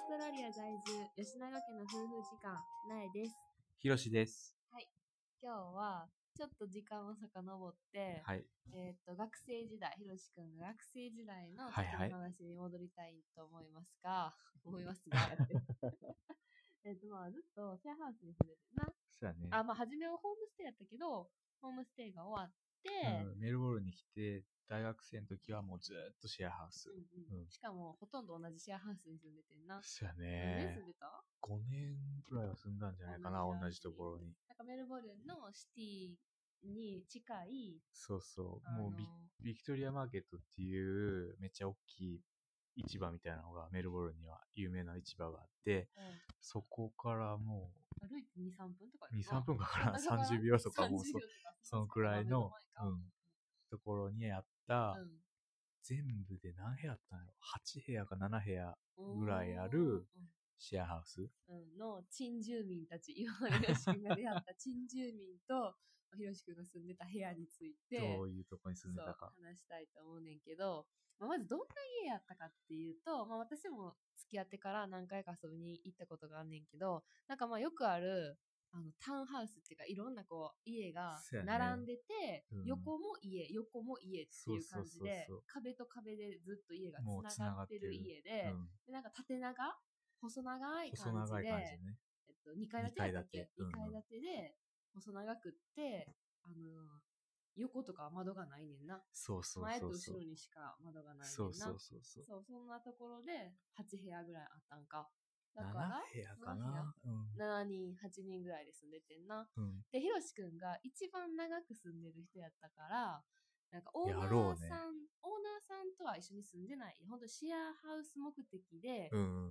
ストラリア在住、吉永家の夫婦時間、なえです。 ひろしです。 はい。今日は、ちょっと時間を遡って、 はい。 学生時代、ひろしくんが学生時代のはいはい。 時の話に戻りたいと思いますが、やって。ずっとシェアハウスに住んでてんな。 そうやね。 初めはホームステイやったけど、ホームステイが終わって、 メルボルンに来て、大学生の時はもうずっとシェアハウス。 しかも、ほとんど同じシェアハウスに住んでてんな。 そうや何年住ね。 んでた 5年くらいは住んだんじゃないかな、同じところに。 なんかメルボルンのシティに近い、 そうそう。もうビクトリアマーケットっていうめっちゃ大きい市場みたいなのがメルボルンには有名な市場があって、そこからもう歩いて2、3分とか 2、3分かから30秒とかもうそのくらいの、ところにあった、全部で何部屋あったのよ。8部屋か7部屋ぐらいあるシェアハウス、 の珍住民たち、今までひろしくんが出会った珍住民と、ひろしくんが住んでた部屋について、 どういうとこに住んでたか。 話したいと思うねんけど、まずどんな家やったかっていうと、私も付き合ってから何回か遊びに行ったことがあんねんけど、なんかよくある、タウンハウスっていうか、いろんな家が並んでて、横も家っていう感じで、壁と壁でずっと家がつながってる家で、なんか縦長細長い感じで、2階建てやったっけ ?2 階建てで、細長くって、横とか窓がないねんな。前と後ろにしか窓がないねんな。そんなところで8部屋ぐらいあったんか。だから 7部屋かな、 7人、8人ぐらいで住んでてんな。で、ひろしくんが一番長く住んでる人やったから、なんかオーナーさんとは一緒に住んでない、本当シェアハウス目的で、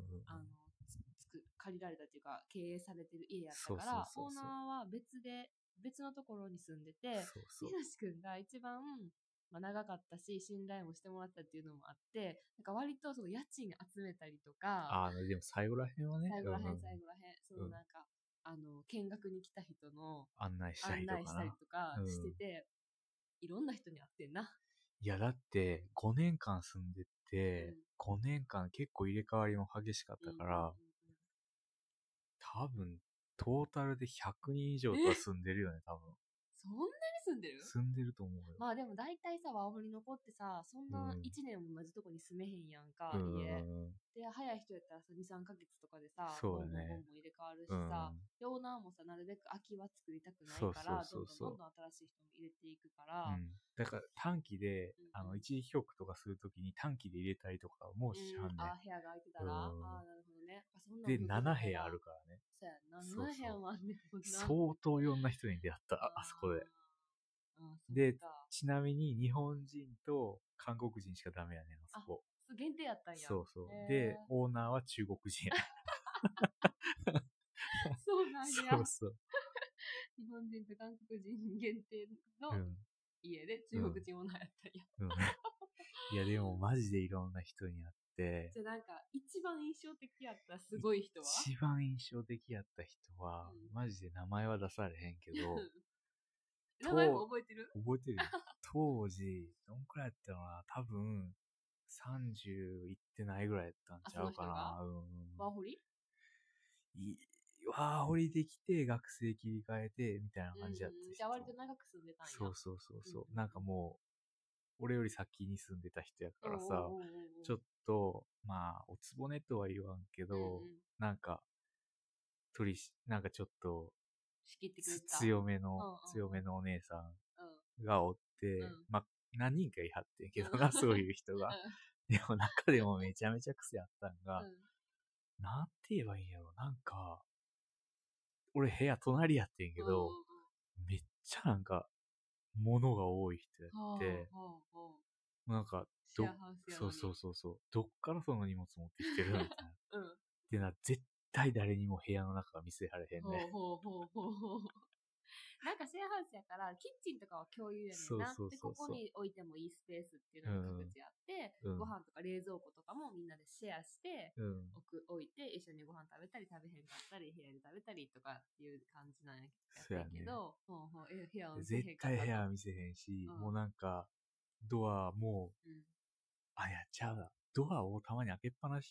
借りられたっていうか、経営されてる家やったから、オーナーは別のところに住んでて、ひろしくんが一番、長かったし、信頼もしてもらったっていうのもあって、なんか割とその家賃集めたりとか、 でも最後らへんはね。 最後らへん。そのなんか、見学に来た人の案内したりとかしてて、いろんな人に会ってんな。 いや、だって5年間住んでて、5年間結構入れ替わりも激しかったから、多分、トータルで100人以上とは住んでるよね、多分。 そんなに住んでる？ 住んでると思うよ。 でも大体さ、ワーホリ残ってさ、そんな1年も同じとこに住めへんやんか、家。で、早い人やったらさ、2、3ヶ月とかでさ、ボンボン入れ替わるしさ、オーナーもさ、なるべく空きは作りたくないから、どんどん新しい人も入れていくから。 だから短期で、一時帰国とかするときに短期で入れたりとかもしはんねん。 部屋が空いてたら、なるほどね。 で、7部屋あるからね。 そうやな、7部屋もあんねんもんな。 相当いろんな人に出会った、あそこで。で、ちなみに日本人と韓国人しかダメやねん、あそこ。 限定やったんや。 そうそう。で、オーナーは中国人やねん。 そうなんや。 そうそう。 日本人と韓国人限定の家で中国人オーナーやったんや。 いや、でもマジでいろんな人に会って。 じゃあなんか、一番印象的やったすごい人は？ 一番印象的やった人は、マジで名前は出されへんけど、 名前も覚えてる？ 覚えてるよ。当時、どんくらいやったのかな、多分、30いってないぐらいやったんちゃうかな。 ワーホリ？ ワーホリできて、学生切り替えて、みたいな感じやった人。 じゃあ割と長く住んでたんや。 そう。なんかもう、俺より先に住んでた人やからさ、ちょっと、おつぼねとは言わんけど、なんかちょっと、強めのお姉さんがおって、何人かいはってんけどな、そういう人が。でも中でもめちゃめちゃ癖あったんが、なんて言えばいいんやろ、なんか、俺部屋隣やってんけど、めっちゃなんか、物が多い人やって、なんか、そう。どっからその荷物持ってきてるみたいな。でな、絶対誰にも部屋の中は見せられへんね。 なんかシェアハウスやから、キッチンとかは共有やねんな。で、ここに置いてもいいスペースっていうのが各自あって、ご飯とか冷蔵庫とかもみんなでシェアして、置いて一緒にご飯食べたり食べへんかったり、部屋で食べたりとかっていう感じなんやけど、部屋を見せへんかったと。 絶対部屋は見せへんし、もうなんか、ドアも、ちゃうな。ドアをたまに開けっぱなしに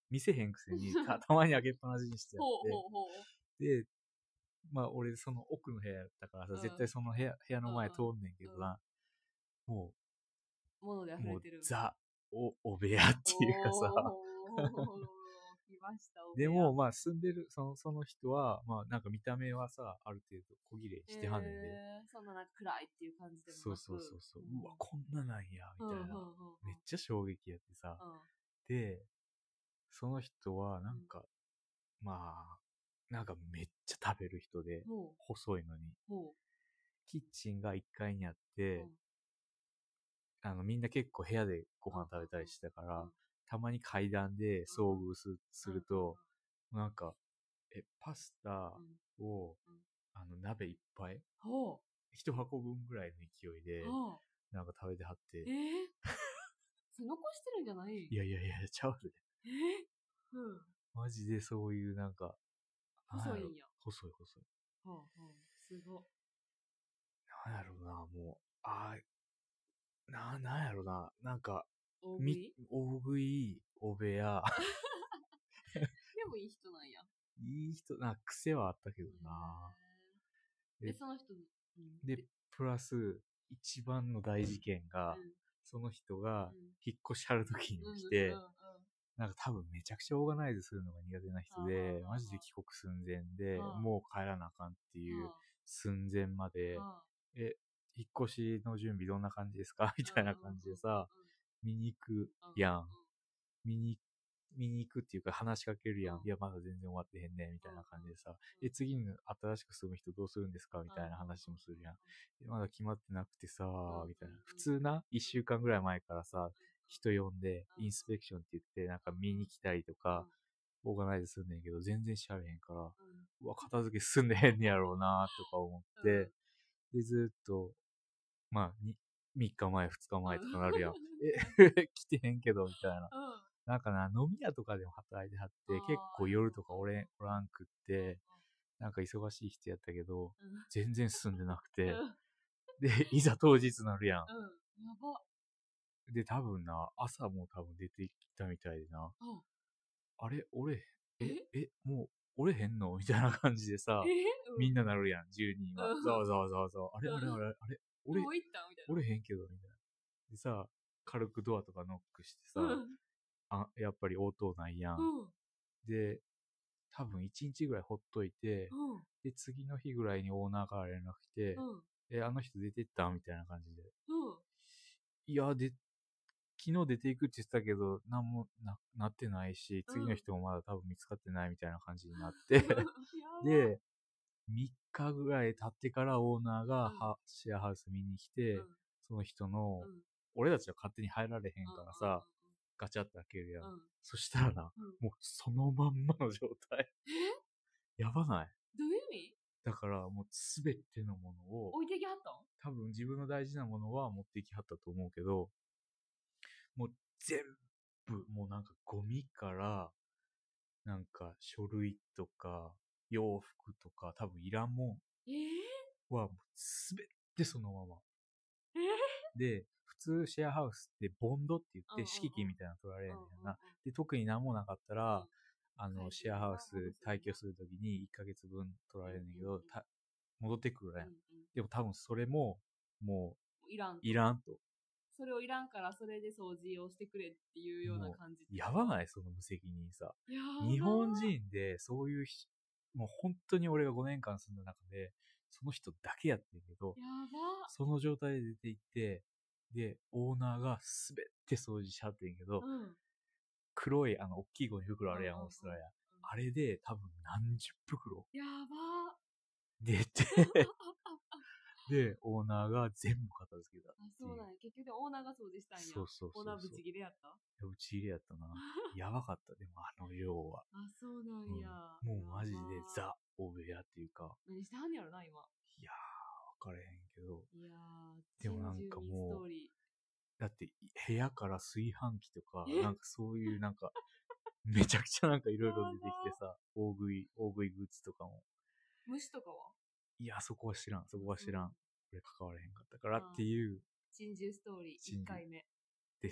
見せへんくせにたまに開けっぱなしにしてあっほうほうほう。 て、で、まあ俺その奥の部屋やったからさ、絶対その部屋の前通んねんけどな、も物でう、もう溢れてる。 ザ、お部屋っていうかさ、 来ました、お部で屋。 もまあ住んでる、その人は、まあなんか見た目はさ、ある程度小綺麗してはんねんで。 そんななんか暗いっていう感じでもなく。 そう。うわ、こんななんや、みたいな。めっちゃ衝撃やってさ。で、その人はなんか、まあ、なんかめっちゃ食べる人で、細いのに。キッチンが1階にあって、みんな結構部屋でご飯食べたりしてたから、たまに階段で遭遇すると、なんか、パスタを、鍋いっぱい、一箱分ぐらいの勢いで、なんか食べてはって。 それ残してるんじゃない？ いや、ちゃうで。マジでそういうなんか、 細いんや。 細い。 すご。 なんやろな、もう、なんやろな、なんか、 大食い？ 大食い、お部屋。 でもいい人なんや。 いい人、癖はあったけどな。 で、その人、 で、プラス、一番の大事件が、その人が引っ越しはるときに来て、なんか多分めちゃくちゃオーガナイズするのが苦手な人で、マジで帰国寸前で、もう帰らなあかんっていう寸前まで、引っ越しの準備どんな感じですかみたいな感じでさ、見に行くやん。見に行くっていうか話しかけるやん。いや、まだ全然終わってへんねみたいな感じでさ。次に新しく住む人どうするんですかみたいな話もするやん。まだ決まってなくてさ、みたいな。普通な、1週間ぐらい前からさ、人呼んで、インスペクションって言って、なんか見に来たりとか、オーガナイズすんねんけど、全然しゃれへんから、うわ、片付け進んでへんねやろうなとか思って、で、ずっと、まあ、3日前、2日前とかなるやん。来てへんけど、みたいな。なんかな、飲み屋とかでも働いてはって、結構夜とかおらんくって、なんか忙しい人やったけど、全然進んでなくて、で、いざ当日なるやん。 やば。 で、多分な、朝も多分出てきたみたいでな。あれもう、折れへんのみたいな感じでさ、みんななるやん、住人は。ざわざわ。あれ折れへんけど、みたいな。でさ、軽くドアとかノックしてさ、やっぱり応答ないやん。で、多分1日ぐらいほっといて、で、次の日ぐらいにオーナーから連絡来て、あの人出てったみたいな感じで。いや、昨日出ていくって言ってたけど、なんもなってないし、次の人もまだ多分見つかってないみたいな感じになって、で、3日ぐらい経ってからオーナーがシェアハウス見に来て、その人の、俺たちは勝手に入られへんからさ、ガチャって開けるやん。そしたらな、もうそのまんまの状態。やばない？ どういう意味？ だからもうすべてのものを、 置いてきはったん？ 多分自分の大事なものは持ってきはったと思うけど、もう全部、もうなんかゴミから、なんか書類とか、洋服とか、多分いらんもんは、すべてそのまま。で、普通シェアハウスってボンドって言って敷金みたいなの取られるんだよな。で、特に何もなかったら、シェアハウス退去するときに1ヶ月分取られるんだけど、戻ってくるやん。でも多分それも、もう、いらんと。 それをいらんからそれで掃除をしてくれっていうような感じ。 やばない？その無責任さ。日本人でそういうもう本当に俺が5年間住んだ中で、その人だけやってんけど、その状態で出て行って、で、オーナーがすべて掃除しはってんけど、黒い大きいゴミ袋あるやん、オーストラリア。あれで多分何十袋出て、で、オーナーが全部片付けた。 そうなんや。結局オーナーが掃除したんや。 そう。 オーナーブチギレやった？ ブチギレやったな。やばかった、でも量は。 そうなんや。 もうマジでザ・オブヤっていうか。 何してはんねやろな、今。 いやー、わからへんけど。 いやー、 でもなんかもう、だって部屋から炊飯器とか、なんかそういうなんか、めちゃくちゃなんかいろいろ出てきてさ、大食いグッズとかも。 虫とかは？ いや、そこは知らん。俺関われへんかったからっていう。 珍獣ストーリー1回目。